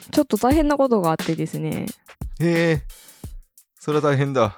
ちょっと大変なことがあってですね。 へえ、それは大変だ。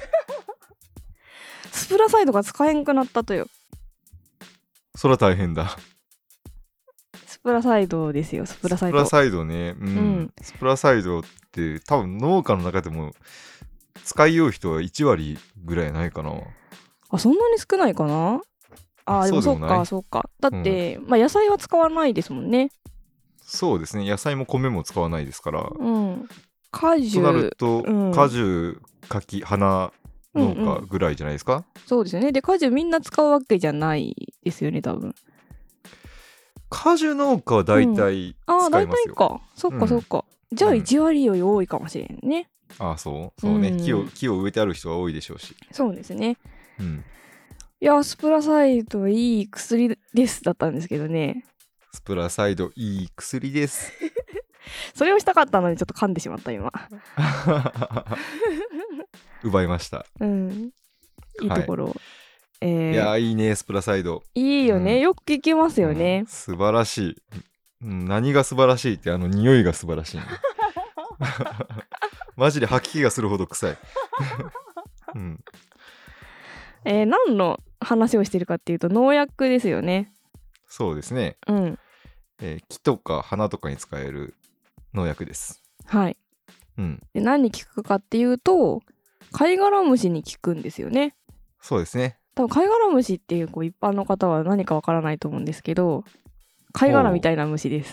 スプラサイドが使えんくなったとよ。 それは大変だ。 スプラサイドですよ、スプラサイド。 スプラサイドね、スプラサイドって多分農家の中でも使いよう人は1割ぐらいないかな。 あ、そんなに少ないかな。あ、でもそうかそうか。だって、野菜は使わないですもんね。 そうですね、野菜も米も使わないですから。 果樹となると、果樹、柿、花農家ぐらいじゃないですか。 そうですよね。で、果樹みんな使うわけじゃないですよね、多分。 果樹農家は大体使いますよ。 大体か。そっかそっか。じゃあ1割より多いかもしれんね。 そうね、木を植えてある人は多いでしょうし。 そうですね。いや、スプラサイドいい薬ですだったんですけどね。 スプラサイドいい薬です。 それをしたかったのにちょっと噛んでしまった今。 奪いました。 いいところを。 いやいいね、スプラサイド。 いいよね、よく聞きますよね。 素晴らしい。何が素晴らしいって匂いが素晴らしい、ね。マジで吐き気がするほど臭い。 何の話をしてるかっていうと農薬ですよね。 そうですね。木とか花とかに使える農薬です。 はい。で何に効くかっていうと貝殻虫に効くんですよね。 そうですね。 多分貝殻虫っていう一般の方は何かわからないと思うんですけど、貝殻みたいな虫です。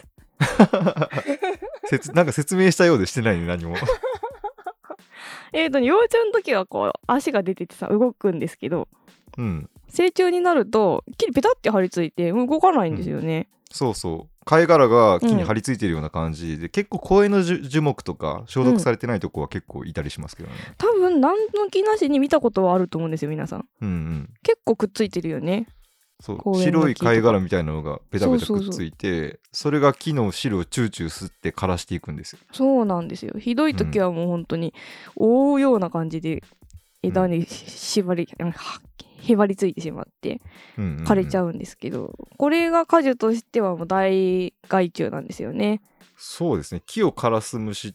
なんか説明したようでしてないね、何も。 幼虫の時は足が出ててさ動くんですけど、成虫になると木にペタって張り付いて動かないんですよね。 そうそう、貝殻が木に張り付いてるような感じで、結構公園の樹木とか消毒されてないとこは結構いたりしますけどね。 多分何の気なしに見たことはあると思うんですよ、皆さん。結構くっついてるよね。 そう白い貝殻みたいなのがペタペタくっついて、それが木の汁をチューチュー吸って枯らしていくんですよ。 そうなんですよ。ひどい時はもう本当に覆うような感じで枝にへばりついてしまって枯れちゃうんですけど、これが果樹としてはもう大害虫なんですよね。 そうですね、木を枯らす虫って、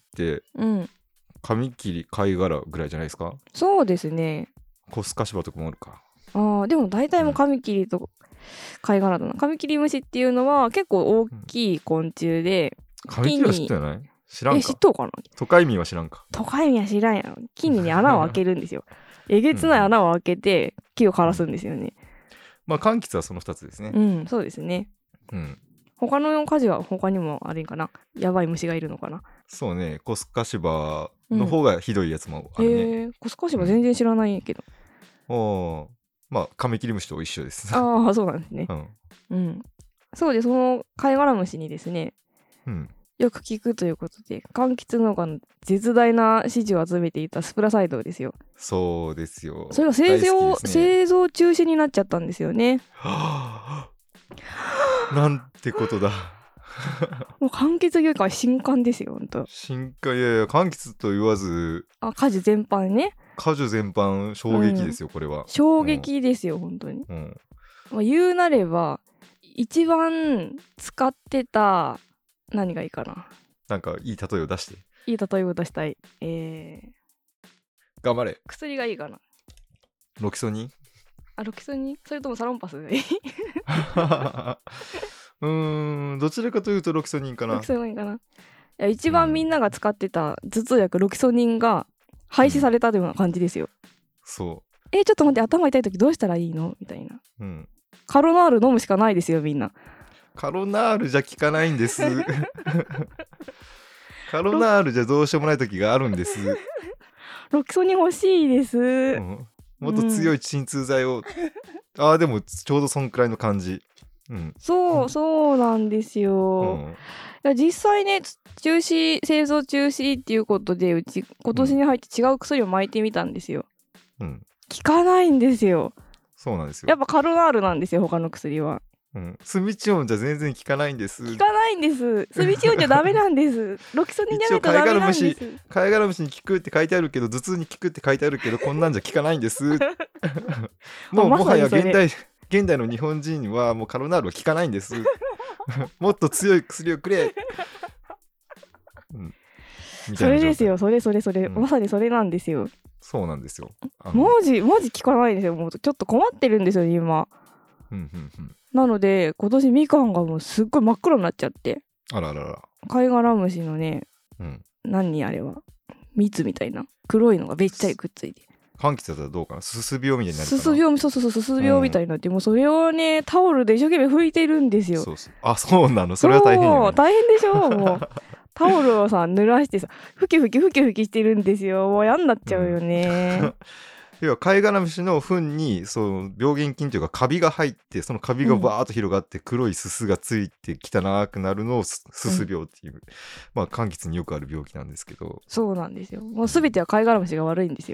カミキリ、貝殻ぐらいじゃないですか。 そうですね。 コスカシバとかもあるか。 でも大体もカミキリと貝殻だな。カミキリムシっていうのは結構大きい昆虫で、 カミキリは知ってない？知らんか。 知っとうかな。 都会民は知らんか。 都会民は知らんやろ。木に穴を開けるんですよ。えげつない穴を開けて木を枯らすんですよね。 まあ柑橘はその2つですね。 そうですね。他の果樹は他にもあるんかな。やばい虫がいるのかな。 そうね、コスカシバの方がひどいやつもあるね。 コスカシバ全然知らないけど。 まあカミキリムシと一緒です。 そうなんですね。そうで、その貝殻虫にですね、よく効くということで、柑橘農家の絶大な支持を集めていたスプラサイドですよ。 そうですよ。 それが製造中止になっちゃったんですよね。 なんてことだ。 もう柑橘業界は新刊ですよ、本当。 新刊、いやいや、柑橘と言わず、 果樹全般ね。 果樹全般衝撃ですよ、これは。 衝撃ですよ、本当に。言うなれば一番使ってた、何がいいかな。 なんかいい例えを出して。 いい例えを出したい。 頑張れ。 薬がいいかな。 ロキソニン？ ロキソニン？それともサロンパス？ どちらかというとロキソニンかな。 ロキソニンかな。一番みんなが使ってた頭痛薬ロキソニンが廃止されたような感じですよ。 そう。 ちょっと待って、頭痛い時どうしたらいいのみたいな。カロナール飲むしかないですよ、みんな。 カロナールじゃ効かないんです。カロナールじゃどうしようもない時があるんです。 ロキソニン欲しいです。 もっと強い鎮痛剤を。でもちょうどそんくらいの感じ。 そうなんですよ。実際ね、製造中止っていうことで、うち今年に入って違う薬を巻いてみたんですよ。効かないんですよ。 そうなんですよ。 やっぱカロナールなんですよ、他の薬は。 スミチオンじゃ全然効かないんです。 効かないんです。スミチオンじゃダメなんです。ロキソニンじゃないとダメなんです。 貝殻虫に効くって書いてあるけど、頭痛に効くって書いてあるけど、こんなんじゃ効かないんです。もはや現代の日本人はもうカロナールは効かないんです。もっと強い薬をくれ。 みたいな状態。 それですよ、それ、まさにそれなんですよ。 そうなんですよ。 マジ効かないですよ。もうちょっと困ってるんですよね今。なので今年みかんがもうすっごい真っ黒になっちゃって。 あららら。 貝殻虫のね、何あれは蜜みたいな黒いのがべっちゃりくっついて。 柑橘だったらどうかな、すす病みたいになるかな。 すす病、そうすす病みたいになって、もうそれをねタオルで一生懸命拭いてるんですよ。 あ、そうなの。それは大変よね。 大変でしょ。もうタオルをさ濡らしてさふきふきしてるんですよ。もう嫌になっちゃうよね。 要は貝殻虫の糞にそう病原菌というかカビが入って、そのカビがバーッと広がって黒いすすがついて汚くなるのをすす病っていう、まあ柑橘によくある病気なんですけど。 そうなんですよ。もう全ては貝殻虫が悪いんですよ。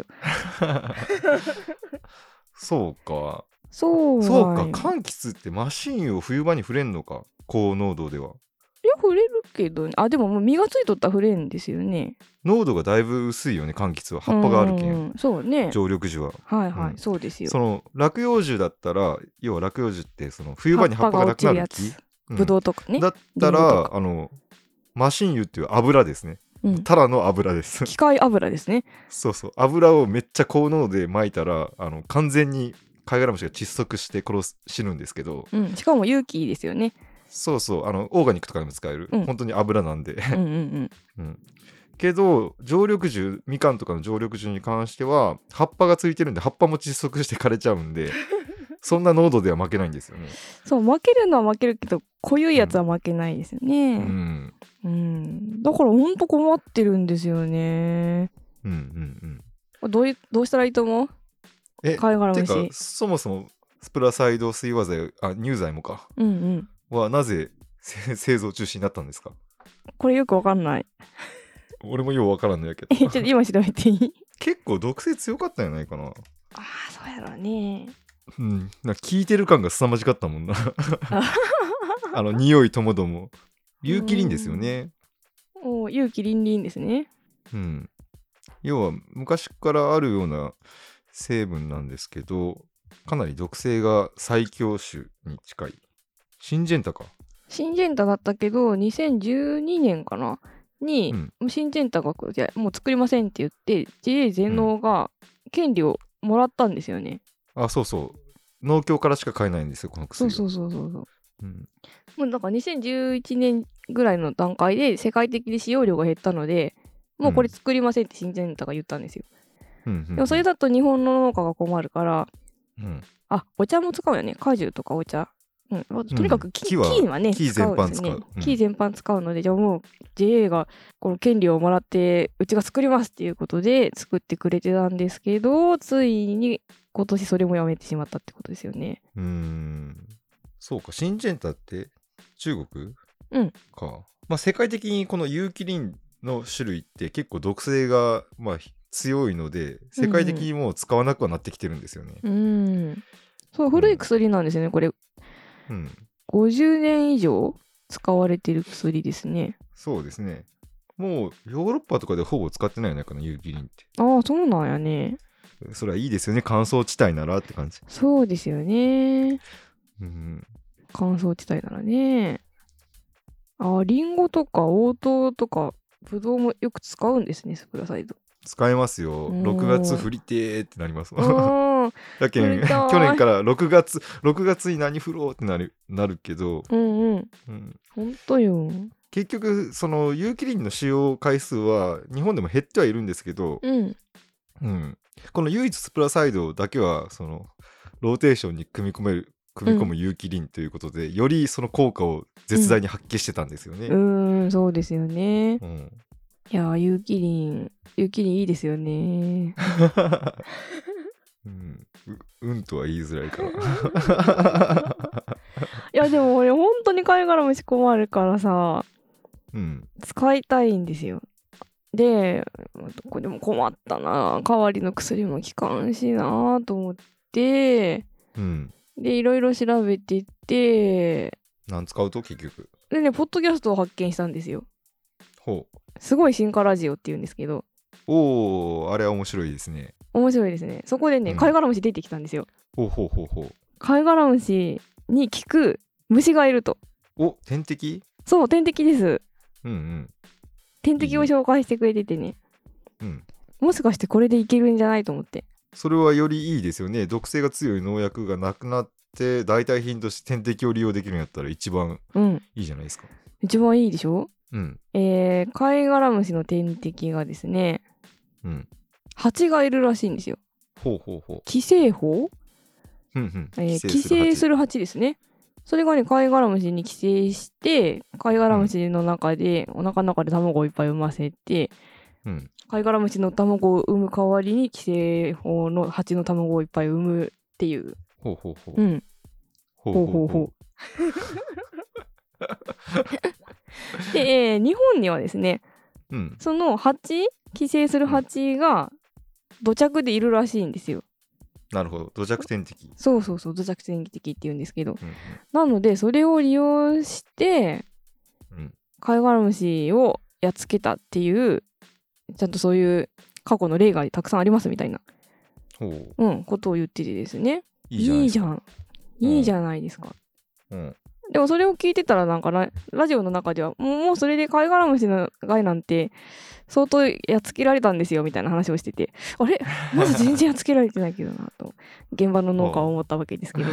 そうか。 そうか。柑橘ってマシンを冬場に触れんのか、高濃度では。 いや触れるけど、ね、でももう実がついとったら触れんですよね。 濃度がだいぶ薄いよね、柑橘は。葉っぱがあるけん。 そうね。 常緑樹は。 そうですよ。 その落葉樹だったら、要は落葉樹ってその冬場に葉っぱがなくなる木、 ぶどうとかね。 だったらマシン油っていう油ですね。ただの油です。 機械油ですね。 そう油をめっちゃ高濃度で撒いたら完全に貝殻虫が窒息して死ぬんですけど、 しかも有機ですよね。 オーガニックとかでも使える、本当に油なんでけど常緑樹、みかんとかの常緑樹に関しては葉っぱがついてるんで、葉っぱも窒息して枯れちゃうんでそんな濃度では負けないんですよね。 そう、負けるのは負けるけど濃ゆいやつは負けないですよね。だからほんと困ってるんですよね。どうしたらいいと思う？貝殻虫。 てかそもそもスプラサイド水和剤、乳剤もか、はなぜ製造中止になったんですか？ これよくわかんない。 俺もようわからんのやけど。 ちょっと今調べていい？ 結構毒性強かったんじゃないかな。 そうやろうね。 なんか聞いてる感が凄まじかったもんな。匂いともども。有機リンですよね。 有機リンリンですね。 要は昔からあるような成分なんですけど、かなり毒性が最強種に近い。シンジェンタか。 シンジェンタだったけど2012年かなに、シンジェンタがじゃもう作りませんって言って JA 全農が権利をもらったんですよね。 農協からしか買えないんですよ、この薬は。 もうだから2011年ぐらいの段階で世界的に使用量が減ったので、もうこれ作りませんってシンジェンタが言ったんですよ。でもそれだと日本の農家が困るから、お茶も使うよね。果汁とかお茶。とにかく木はね、 木全般使う。 木全般使うので、じゃあもう JA がこの権利をもらってうちが作りますっていうことで作ってくれてたんですけど、ついに今年それもやめてしまったってことですよね。 そうか。シンジェンタって中国か。世界的にこの有機リンの種類って結構毒性が強いので、世界的にもう使わなくはなってきてるんですよね。 そう、古い薬なんですよね、これ。50年以上使われてる薬ですね。 そうですね。もうヨーロッパとかでほぼ使ってないよね、この有機リンって。 そうなんやね。 それはいいですよね、乾燥地帯ならって感じ。 そうですよね。乾燥地帯ならね。リンゴとか黄桃とかブドウもよく使うんですね、スプラサイド。 使えますよ。6月降りてーってなります。だけん去年から6月に何降ろうってなるけど、 ほんとよ。 結局その有機リンの使用回数は日本でも減ってはいるんですけど、この唯一スプラサイドだけはそのローテーションに組み込む有機リンということで、よりその効果を絶大に発揮してたんですよね。 そうですよね。いや有機リンいいですよね。 とは言いづらいからいやでも俺本当に貝殻虫困るからさ、使いたいんですよ。でこれも困ったな、代わりの薬も効かんしなと思って、でいろいろ調べていって何使うと結局でね、ポッドキャストを発見したんですよ。すごい進化ラジオっていうんですけど。 あれは面白いですね。 面白いですね。そこでね、貝殻虫出てきたんですよ。貝殻虫に効く虫がいると。 天敵？ そう、天敵です。 点滴を紹介してくれててね、 うん、 もしかしてこれでいけるんじゃないと思って。 それはよりいいですよね。毒性が強い農薬がなくなって代替品として点滴を利用できるんやったら一番いいじゃないですか。 一番いいでしょ。 うん。 貝殻虫の点滴がですね、 うん、 蜂がいるらしいんですよ。 ほうほうほう。 寄生蜂、寄生する蜂ですね。それがね、貝殻虫に寄生して、貝殻虫の中で、お腹の中で卵をいっぱい産ませて、貝殻虫の卵を産む代わりに寄生蜂の蜂の卵をいっぱい産むっていう。 ほうほうほう。うん。 ほうほうほう。で、日本にはですね、その蜂、寄生する蜂が土着でいるらしいんですよ。 なるほど、土着天敵。 そうそうそう、土着天敵って言うんですけど、なのでそれを利用して、貝殻虫をやっつけたっていう、ちゃんとそういう過去の例がたくさんありますみたいな、ことを言っててですね。いいじゃないですか。でもそれを聞いてたらなんかラジオの中ではもうそれで貝殻虫の害なんて相当やっつけられたんですよみたいな話をしてて、あれまず全然やっつけられてないけどなと現場の農家は思ったわけですけど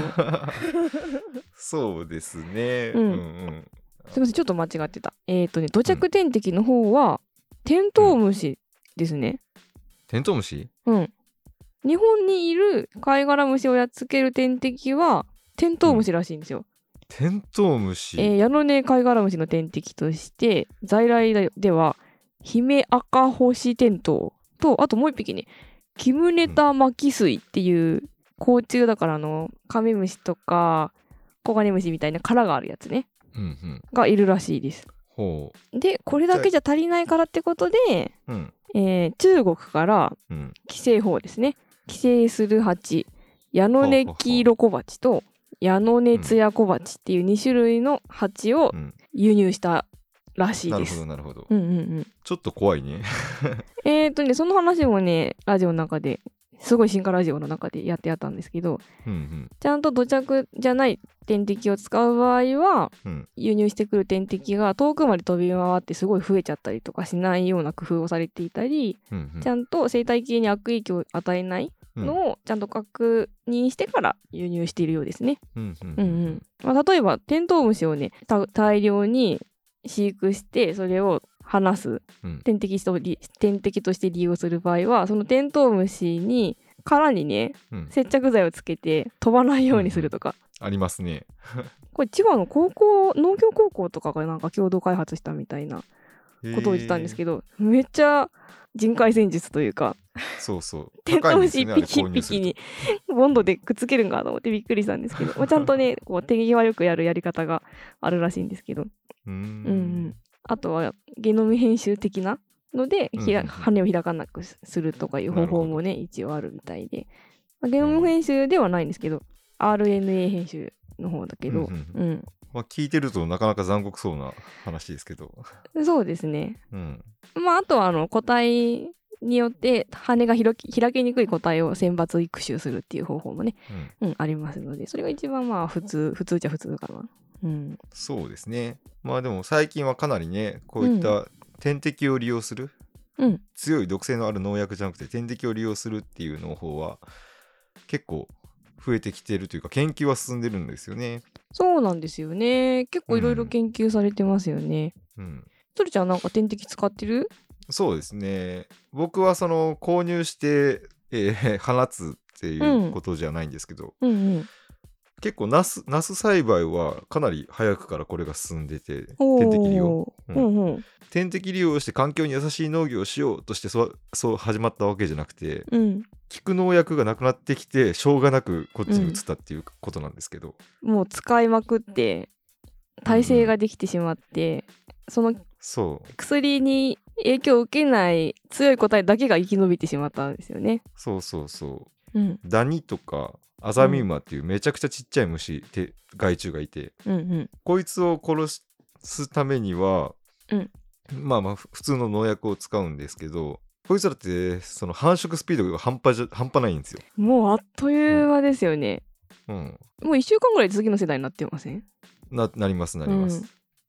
そうですね。 すみません、ちょっと間違ってた。土着天敵の方はテントウムシですね。 テントウムシ？ 日本にいる貝殻虫をやっつける天敵はテントウムシらしいんですよ。 テントウムシ、 ヤノネ貝殻虫の天敵として在来ではヒメアカホシテントウと、あともう一匹ね、キムネタマキスイっていう甲虫だからカメムシとかコガネムシみたいな殻があるやつね、がいるらしいです。でこれだけじゃ足りないからってことで、中国から寄生蜂ですね、寄生する蜂ヤノネキイロコバチとヤノネツヤコバチっていう2種類の蜂を輸入したらしいです。 なるほど。ちょっと怖いね。 その話もね、ラジオの中ですごい進化ラジオの中でやってやったんですけど、ちゃんと土着じゃない天敵を使う場合は、輸入してくる天敵が遠くまで飛び回ってすごい増えちゃったりとかしないような工夫をされていたり、ちゃんと生態系に悪影響を与えないのをちゃんと確認してから輸入しているようですね。例えばテントウムシをね大量に飼育してそれを放す、天敵として利用する場合は、そのテントウムシに殻にね、接着剤をつけて飛ばないようにするとか、 ありますね。 これ千葉の農業高校とかがなんか共同開発したみたいなことを言ってたんですけど、めっちゃ人海戦術というか、 そうそうテントウムシ一匹一匹にボンドでくっつけるんかと思ってびっくりしたんですけどちゃんとねこう手際よくやるやり方があるらしいんですけど、あとはゲノム編集的なので羽を開かなくするとかいう方法もね一応あるみたいで、ゲノム編集ではないんですけど RNA 編集の方だけど、 聞いてるとなかなか残酷そうな話ですけどそうですね。あとは個体によって羽が開けにくい個体を選抜育種するっていう方法もね、ありますので、それが一番普通じゃ普通かな。 そうですね。でも最近はかなりねこういった天敵を利用する、強い毒性のある農薬じゃなくて天敵を利用するっていう農法は結構増えてきてるというか研究は進んでるんですよね。 そうなんですよね。結構いろいろ研究されてますよね。トルちゃんなんか天敵使ってる？ そうですね。僕はその購入して、放つっていうことじゃないんですけど、結構ナス栽培はかなり早くからこれが進んでて、天敵利用、天敵利用して環境に優しい農業をしようとしてそう始まったわけじゃなくて、効く農薬がなくなってきてしょうがなくこっちに移ったっていうことなんですけど、 もう使いまくって耐性ができてしまって、その薬に影響を受けない強い個体だけが生き延びてしまったんですよね。ダニとかアザミウマっていうめちゃくちゃちっちゃい害虫がいて、こいつを殺すためには、普通の農薬を使うんですけど、こいつらってその繁殖スピードが半端ないんですよ。 もうあっという間ですよね。もう1週間ぐらいで次の世代になってません？ なります。な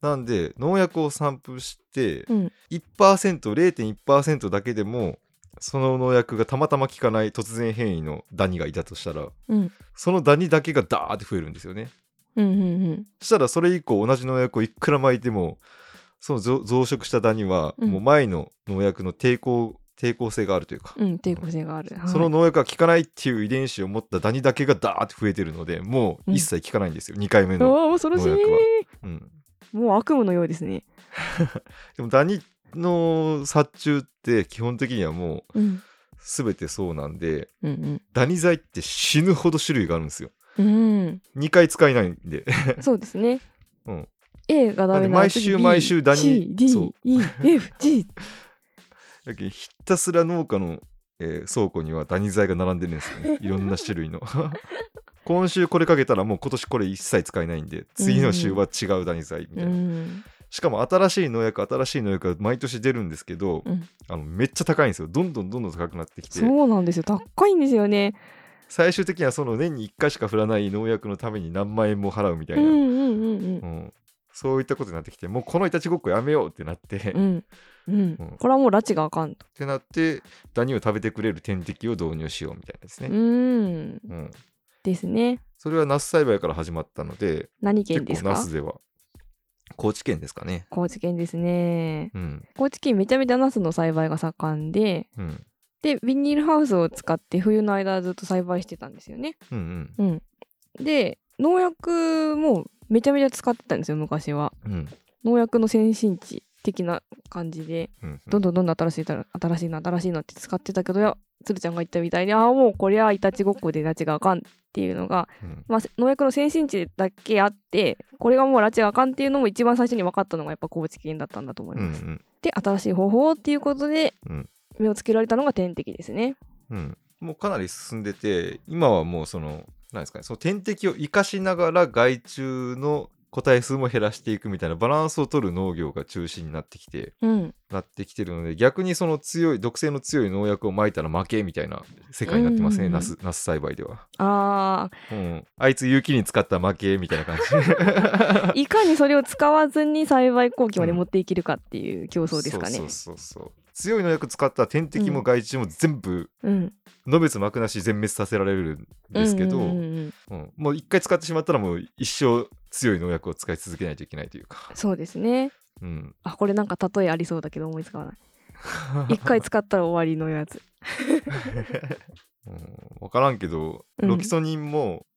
なんで農薬を散布して、 うん、 0.1% だけでもその農薬がたまたま効かない突然変異のダニがいたとしたら、 うん、 そのダニだけがダーって増えるんですよね。 うんうんうん、 そしたらそれ以降同じ農薬をいくら撒いてもその増殖したダニはもう前の農薬の抵抗性があるというか、 抵抗性がある、 その農薬が効かないっていう遺伝子を持ったダニだけがダーって増えてるのでもう一切効かないんですよ、2回目の農薬は。 もう悪夢のようですね。 でもダニの殺虫って基本的にはもう全てそうなんで、ダニ剤って死ぬほど種類があるんですよ。2回使えないんでそうですね。A がダメなら次毎週ダニ C D E F G だけどひたすら農家の、倉庫にはダニ剤が並んでるんですよねいろんな種類の今週これかけたらもう今年これ一切使えないんで次の週は違うダニ剤みたいな、しかも新しい農薬が毎年出るんですけど、めっちゃ高いんですよ。どんどん高くなってきて。 そうなんですよ、高いんですよね。 最終的にはその年に1回しか振らない農薬のために何万円も払うみたいな、そういったことになってきてもうこのいたちごっこやめようってなって、 これはもう拉致があかんとってなってダニを食べてくれる天敵を導入しようみたいなですね。 ですね。 それはナス栽培から始まったので、 何県ですか？ 結構ナスでは高知県ですかね。 高知県ですね、高知県めちゃめちゃナスの栽培が盛んで、でビニールハウスを使って冬の間ずっと栽培してたんですよね。で農薬もめちゃめちゃ使ってたんですよ昔は、農薬の先進地的な感じで、どんどん新しいのって使ってたけど、鶴ちゃんが言ったみたいにもうこりゃいたちごっこで拉致があかんっていうのが、農薬の先進地だけあってこれがもう拉致があかんっていうのも一番最初に分かったのがやっぱ高知県だったんだと思います。で新しい方法っていうことで、目をつけられたのが天敵ですね。 もうかなり進んでて今はもうなんですかね、その天敵を生かしながら害虫の個体数も減らしていくみたいなバランスを取る農業が中心になってきて、るので逆にその毒性の強い農薬を撒いたら負けみたいな世界になってますね、ナス栽培では。あいつ有機に使った負けみたいな感じいかにそれを使わずに栽培後期まで持っていけるかっていう競争ですかね。 そう強い農薬使った天敵も害虫も全部、のべつ幕なし全滅させられるんですけど、もう一回使ってしまったらもう一生強い農薬を使い続けないといけないというか。 そうですね、これなんか例えありそうだけど思いつかない一回使ったら終わりのやつ分からんけど、ロキソニンも、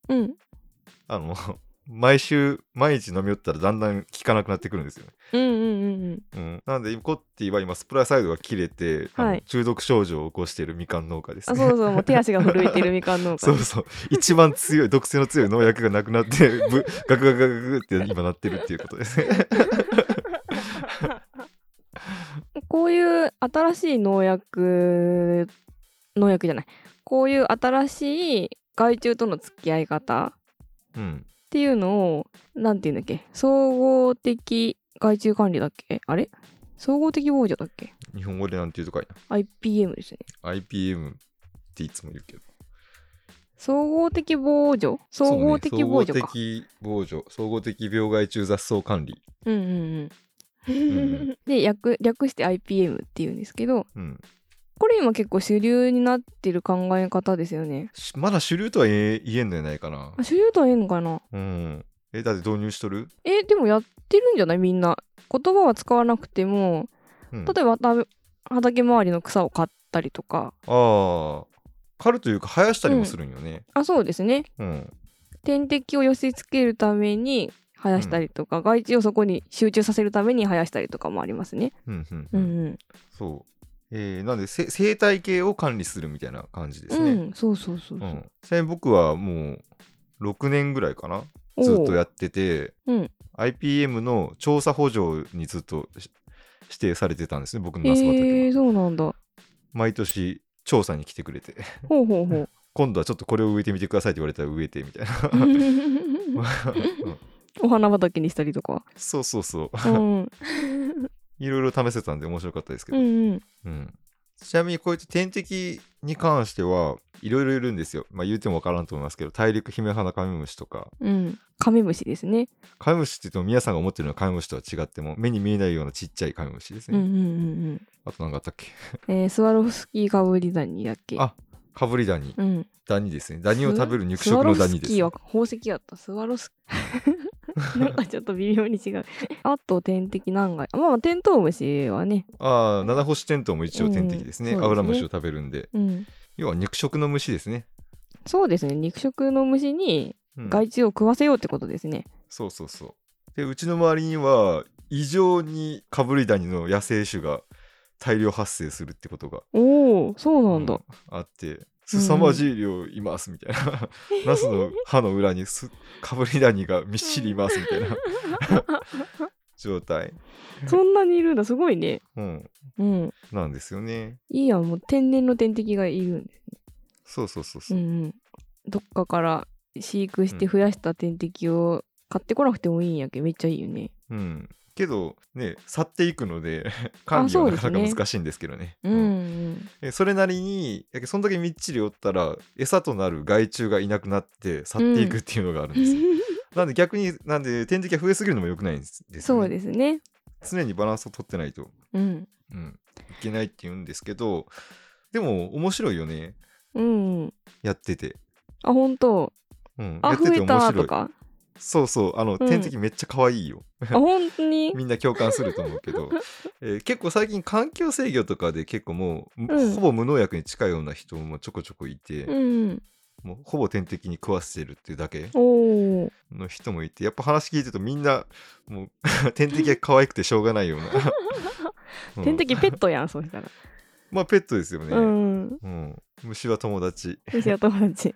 毎日飲みよったらだんだん効かなくなってくるんですよね。なのでコッティは今スプラサイドが切れて、中毒症状を起こしているみかん農家ですね。 もう手足が震えているみかん農家そう一番強い毒性の強い農薬がなくなってガクガクガクって今なってるっていうことですねこういう新しい農薬じゃない、こういう新しい害虫との付き合い方、っていうのをなんていうんだっけ、総合的害虫管理だっけ、総合的防除だっけ、 日本語でなんていうとかいな、 IPM ですね。 IPM っていつも言うけど、 総合的防除、総合的防除か、 総合的病害虫雑草管理、 で略して IPM っていうんですけど、これ今結構主流になってる考え方ですよね。 まだ主流とは言えんのやないかな。 主流とは言えんのかな。 だって導入しとる？ でもやってるんじゃない？みんな言葉は使わなくても、例えば畑周りの草を刈ったりとか、 刈るというか生やしたりもするんよね。 そうですね、天敵を寄せつけるために生やしたりとか、害虫をそこに集中させるために生やしたりとかもありますね。 そう、なんで生態系を管理するみたいな感じですね。 そうちなみに僕はもう6年ぐらいかな、ずっとやってて、IPM の調査補助にずっと指定されてたんですね、僕のナス畑は。 そうなんだ。 毎年調査に来てくれて今度はちょっとこれを植えてみてくださいって言われたら植えてみたいなお花畑にしたりとか。 そういろいろ試せたんで面白かったですけど、 ちなみにこういった天敵に関してはいろいろいるんですよ。まあ言うてもわからんと思いますけど、大陸ヒメハナカメムシとか。 カメムシですね。 カメムシって言っても皆さんが思ってるのはカメムシとは違っても目に見えないようなちっちゃいカメムシですね。あと何かあったっけ？ スワロフスキーカブリダニだっけ？ あ、カブリダニ。ダニですね。ダニを食べる肉食のダニです、ね。 スワロフスキーは宝石やった。スワロスなんかちょっと微妙に違う。あと天敵何階？まあテントウムシはね。 七星テントウも一応天敵ですね。アブラムシを食べるんで。要は肉食の虫ですね。 そうですね。肉食の虫に害虫を食わせようってことですね。 そうそうそう。で、うちの周りには異常にカブリダニの野生種が大量発生するってことがそうなんだ、 あって、凄まじい量いますみたいなナスの葉の裏にカブリダニがみっしりいますみたいな状態。 そんなにいるんだ、すごいね。 なんですよね。 いいやん、もう天然の天敵がいるんですね。 そう。 どっかから飼育して増やした天敵を買ってこなくてもいいんやけど、めっちゃいいよね。 けどね、去っていくので管理はなかなか難しいんですけどね。それなりにそんだけみっちりおったら餌となる害虫がいなくなって去っていくっていうのがあるんですよ。なんで逆に天敵が増えすぎるのも良くないんですよね。 そうですね。 常にバランスを取ってないと、いけないっていうんですけど、でも面白いよね。やってて。 あ、本当。やってて面白い。 そうそう、天敵めっちゃ可愛いよ。 本当にみんな共感すると思うけど、結構最近環境制御とかで結構もう、ほぼ無農薬に近いような人もちょこちょこいて、もうほぼ天敵に食わせてるっていうだけの人もいて、やっぱ話聞いてるとみんなもう天敵が可愛くてしょうがないような天敵ペットやん、そうしたら。 まあペットですよね。虫は友達。 虫は友達。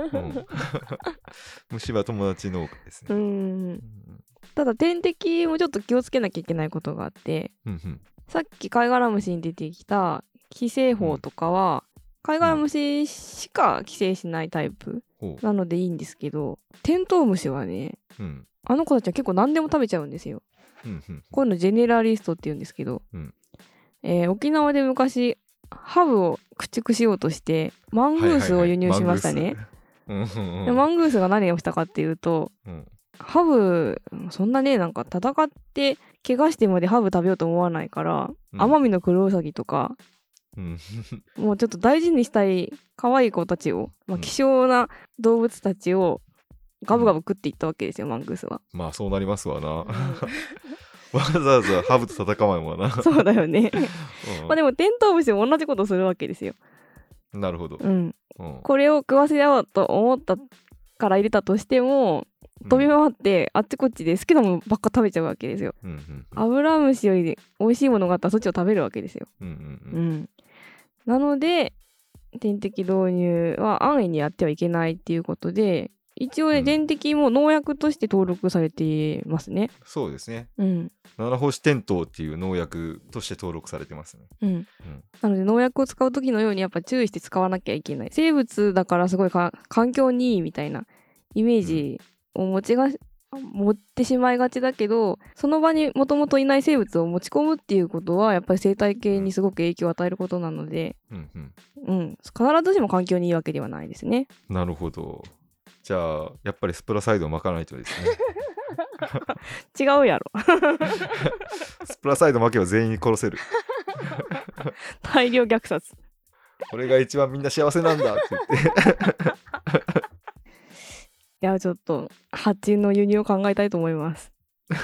虫は友達農家ですね。 ただ天敵もちょっと気をつけなきゃいけないことがあって、さっきカイガラムシに出てきた寄生胞とかは、カイガラムシしか寄生しないタイプなのでいいんですけど、テントウムシはね、あの子たちは結構何でも食べちゃうんですよ。こういうのジェネラリストって言うんですけど、沖縄で昔ハブを駆逐しようとしてマングースを輸入しましたね。マングースが何をしたかっていうと、ハブそんなね、なんか戦って怪我してまでハブ食べようと思わないから、アマミノクロウサギとか、もうちょっと大事にしたい可愛い子たちを、希少な動物たちをガブガブ食っていったわけですよ、マングースは。 まあそうなりますわな。わざわざハブと戦わんわな。 そうだよね。まあでもテントウムシも同じことするわけですよ。 なるほど。 これを食わせようと思ったから入れたとしても、飛び回ってあっちこっちで好きなものばっか食べちゃうわけですよ。アブラムシより美味しいものがあったらそっちを食べるわけですよ。なので天敵導入は安易にやってはいけないっていうことで、一応ね、天敵も農薬として登録されてますね。 そうですね。七星テントウっていう農薬として登録されてますね。 なので農薬を使う時のようにやっぱ注意して使わなきゃいけない。生物だからすごい環境にいいみたいなイメージを持ってしまいがちだけど、その場にもともといない生物を持ち込むっていうことはやっぱり生態系にすごく影響を与えることなので、必ずしも環境にいいわけではないですね。 なるほど。じゃあやっぱりスプラサイドを巻かないとですね。 違うやろ。 スプラサイド巻けば全員殺せる。 大量虐殺。 これが一番みんな幸せなんだって言って。 いや、ちょっと発注の輸入を考えたいと思います。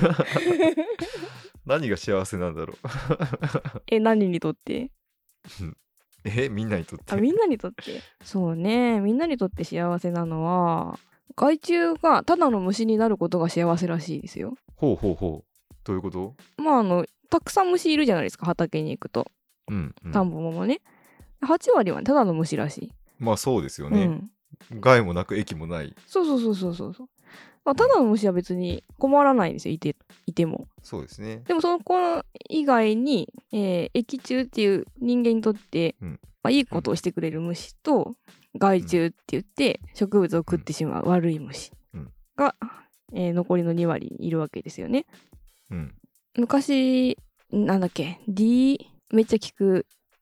何が幸せなんだろう。 何にとって？ みんなにとって。 みんなにとって。そうね、みんなにとって幸せなのは害虫がただの虫になることが幸せらしいですよ。 ほう。どういうこと？ まあたくさん虫いるじゃないですか、畑に行くと。田んぼもね。8割はただの虫らしい。 まあそうですよね。害もなく益もない。 そう。まあ、ただの虫は別に困らないんですよ、いても。 そうですね。 でもそこ以外に、益虫っていう人間にとって、いいことをしてくれる虫と害虫って言って植物を食ってしまう悪い虫が、残りの2割いるわけですよね。昔なんだっけ、めっちゃ聞く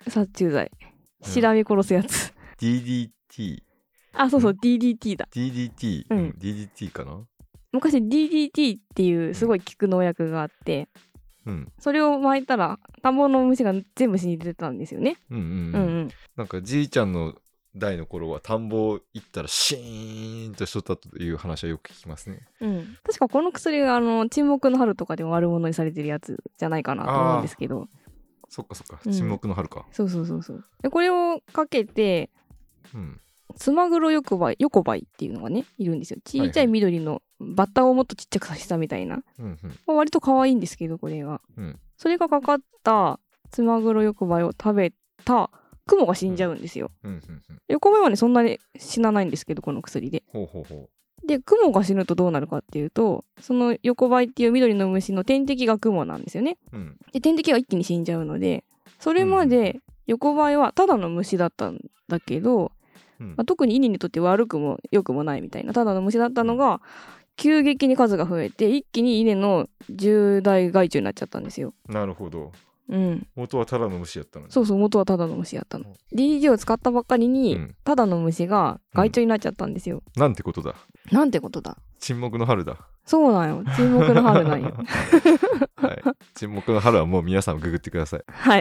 殺虫剤。シラミ殺すやつ。 DDT。 あ、そうそう、DDT だ。 DDT。 うん。 DDT かな。 昔 DDT っていうすごい効く農薬があって、 うん、 それを撒いたら田んぼの虫が全部死んでたんですよね。 なんかじいちゃんの代の頃は田んぼ行ったらシーンとしとったという話はよく聞きますね。 うん。確かこの薬が沈黙の春とかでも悪者にされてるやつじゃないかなと思うんですけど。 そっかそっか、沈黙の春か。 そうそうそうそう。でこれをかけて、 うん、 ツマグロ横ばいっていうのがねいるんですよ。ちっちゃい緑のバッタをもっとちっちゃくさせたみたいな、割と可愛いんですけどこれが、それがかかったツマグロ横ばいを食べたクモが死んじゃうんですよ。横ばいはねそんなに死なないんですけどこの薬で。でクモが死ぬとどうなるかっていうと、その横ばいっていう緑の虫の天敵がクモなんですよね。で天敵が一気に死んじゃうので、それまで横ばいはただの虫だったんだけど、特に稲にとって悪くも良くもないみたいなただの虫だったのが、急激に数が増えて一気に稲の重大害虫になっちゃったんですよ。 なるほど。元はただの虫やったのに。 そうそう、元はただの虫やったの。DDT を使ったばっかりに、ただの虫が害虫になっちゃったんですよ。 なんてことだ。 なんてことだ。 沈黙の春だ。 そうなんよ。沈黙の春なんよ。 はい。沈黙の春はもう皆さんググってください。 はい。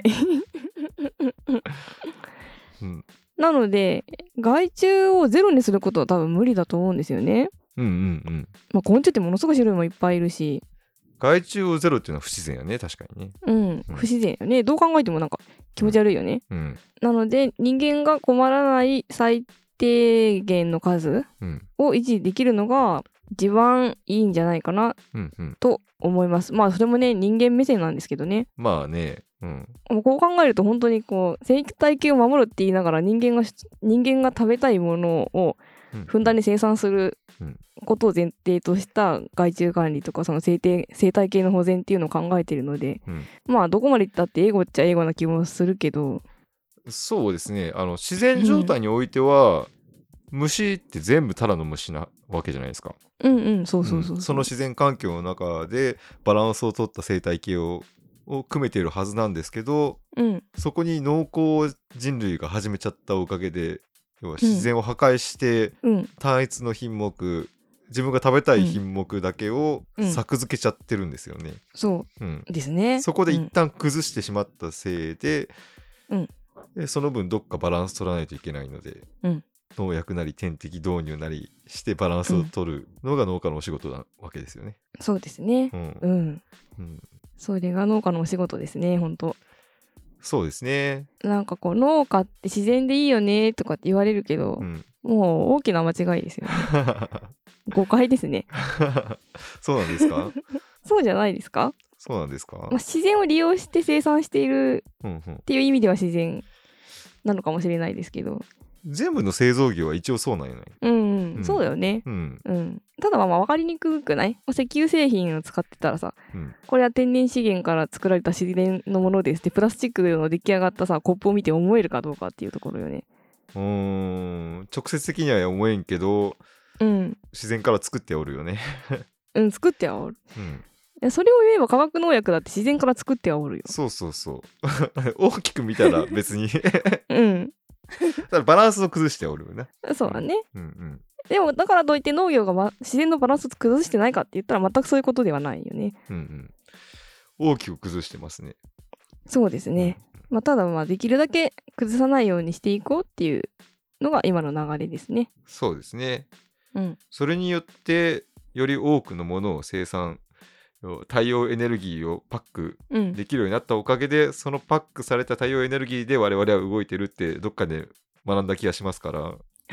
なので害虫をゼロにすることは多分無理だと思うんですよね。まあ昆虫ってものすごい種類もいっぱいいるし、 害虫をゼロっていうのは不自然よね。確かにね。 不自然よね。どう考えてもなんか気持ち悪いよね。なので人間が困らない最低限の数を維持できるのが一番いいんじゃないかなと思います。まあそれもね人間目線なんですけどね。 まあね。 こう考えると本当にこう生態系を守るって言いながら人間が食べたいものをふんだんに生産することを前提とした害虫管理とかその生態系の保全っていうのを考えているので、まあどこまでいったって英語っちゃ英語な気もするけど。 そうですね。自然状態においては、虫って全部ただの虫なわけじゃないですか。 そうそう。 その自然環境の中でバランスを取った生態系を組めているはずなんですけど、そこに農耕人類が始めちゃったおかげで、要は自然を破壊して単一の品目、自分が食べたい品目だけを作付けちゃってるんですよね。 そうですね。 そこで一旦崩してしまったせいで、その分どっかバランス取らないといけないので、農薬なり点滴導入なりしてバランスを取るのが農家のお仕事なわけですよね。 そうですね。それが農家のお仕事ですね。本当。 そうですね。 なんかこう農家って自然でいいよねとかって言われるけど、もう大きな間違いですよね。誤解ですね。 そうなんですか？ そうじゃないですか？ そうなんですか？ まあ、自然を利用して生産しているっていう意味では自然なのかもしれないですけど、 全部の製造業は一応そうなんよね。 そうだよね。ただまあ分かりにくくない？石油製品を使ってたらさ、これは天然資源から作られた自然のものですってプラスチックの出来上がったさコップを見て思えるかどうかっていうところよね。 直接的には思えんけど、自然から作っておるよね。 作ってはおる。それを言えば化学農薬だって自然から作ってはおるよ。 そう大きく見たら別にただバランスを崩しておるよね。 そうだね。でもだからといって農業が、自然のバランスを崩してないかって言ったら全くそういうことではないよね。 大きく崩してますね。 そうですね。ただできるだけ崩さないようにしていこうっていうのが今の流れですね。 そうですね。それによってより多くのものを生産、太陽エネルギーをパックできるようになったおかげで、そのパックされた太陽エネルギーで我々は動いてるってどっかで学んだ気がしますから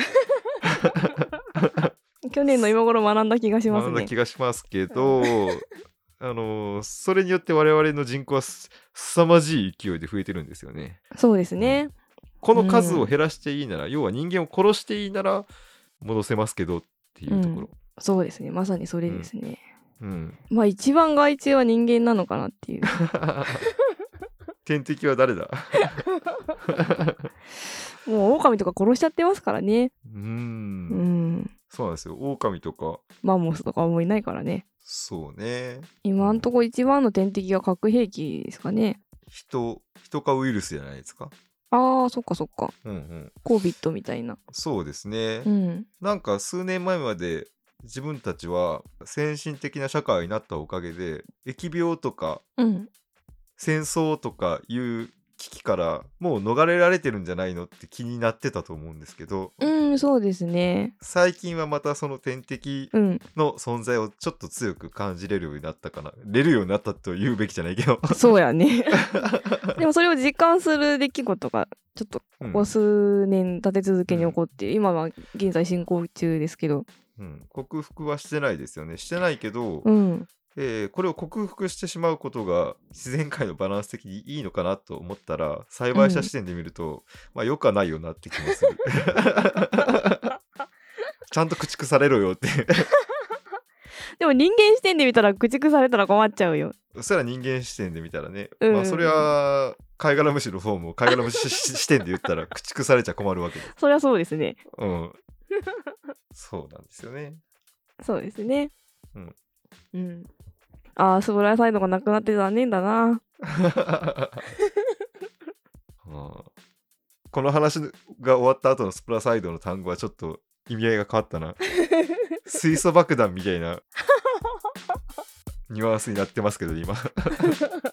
去年の今頃学んだ気がしますね。 学んだ気がしますけどそれによって我々の人口は凄まじい勢いで増えてるんですよね。 そうですね。 この数を減らしていいなら、要は人間を殺していいなら戻せますけどっていうところ。 そうですね。まさにそれですね。まあ一番害虫は人間なのかなっていう。 天敵は誰だ？ もう狼とか殺しちゃってますからね。 そうなんですよ。狼とかマンモスとかもいないからね。 そうね。 今んとこ一番の天敵が核兵器ですかね。 人かウイルスじゃないですか。 ああ、そっかそっか。 うんうん。 コビットみたいな。 そうですね。 うん。 なんか数年前まで自分たちは先進的な社会になったおかげで、疫病とかうん。 戦争とかいう危機からもう逃れられてるんじゃないのって気になってたと思うんですけど、 うん、そうですね。 最近はまたその天敵うん。 の存在をちょっと強く感じれるようになったかな。れるようになったと言うべきじゃないけど。 そうやね。でもそれを実感する出来事がちょっとここ数年立て続けに起こって、今は現在進行中ですけど、 克服はしてないですよね。してないけど、 うん、 これを克服してしまうことが自然界のバランス的にいいのかなと思ったら、栽培者視点で見ると、まあよくはないよなって気もする。ちゃんと駆逐されろよって。 でも人間視点で見たら駆逐されたら困っちゃうよ。 それは人間視点で見たらね、まあそれは貝殻虫の方も貝殻虫視点で言ったら駆逐されちゃ困るわけで。 そりゃそうですね。 そうなんですよね。 そうですね。ああ、スプライサイドがなくなって残念だな。 この話が終わった後のスプラサイドの単語はちょっと意味合いが変わったな。水素爆弾みたいなニュアンスになってますけど今。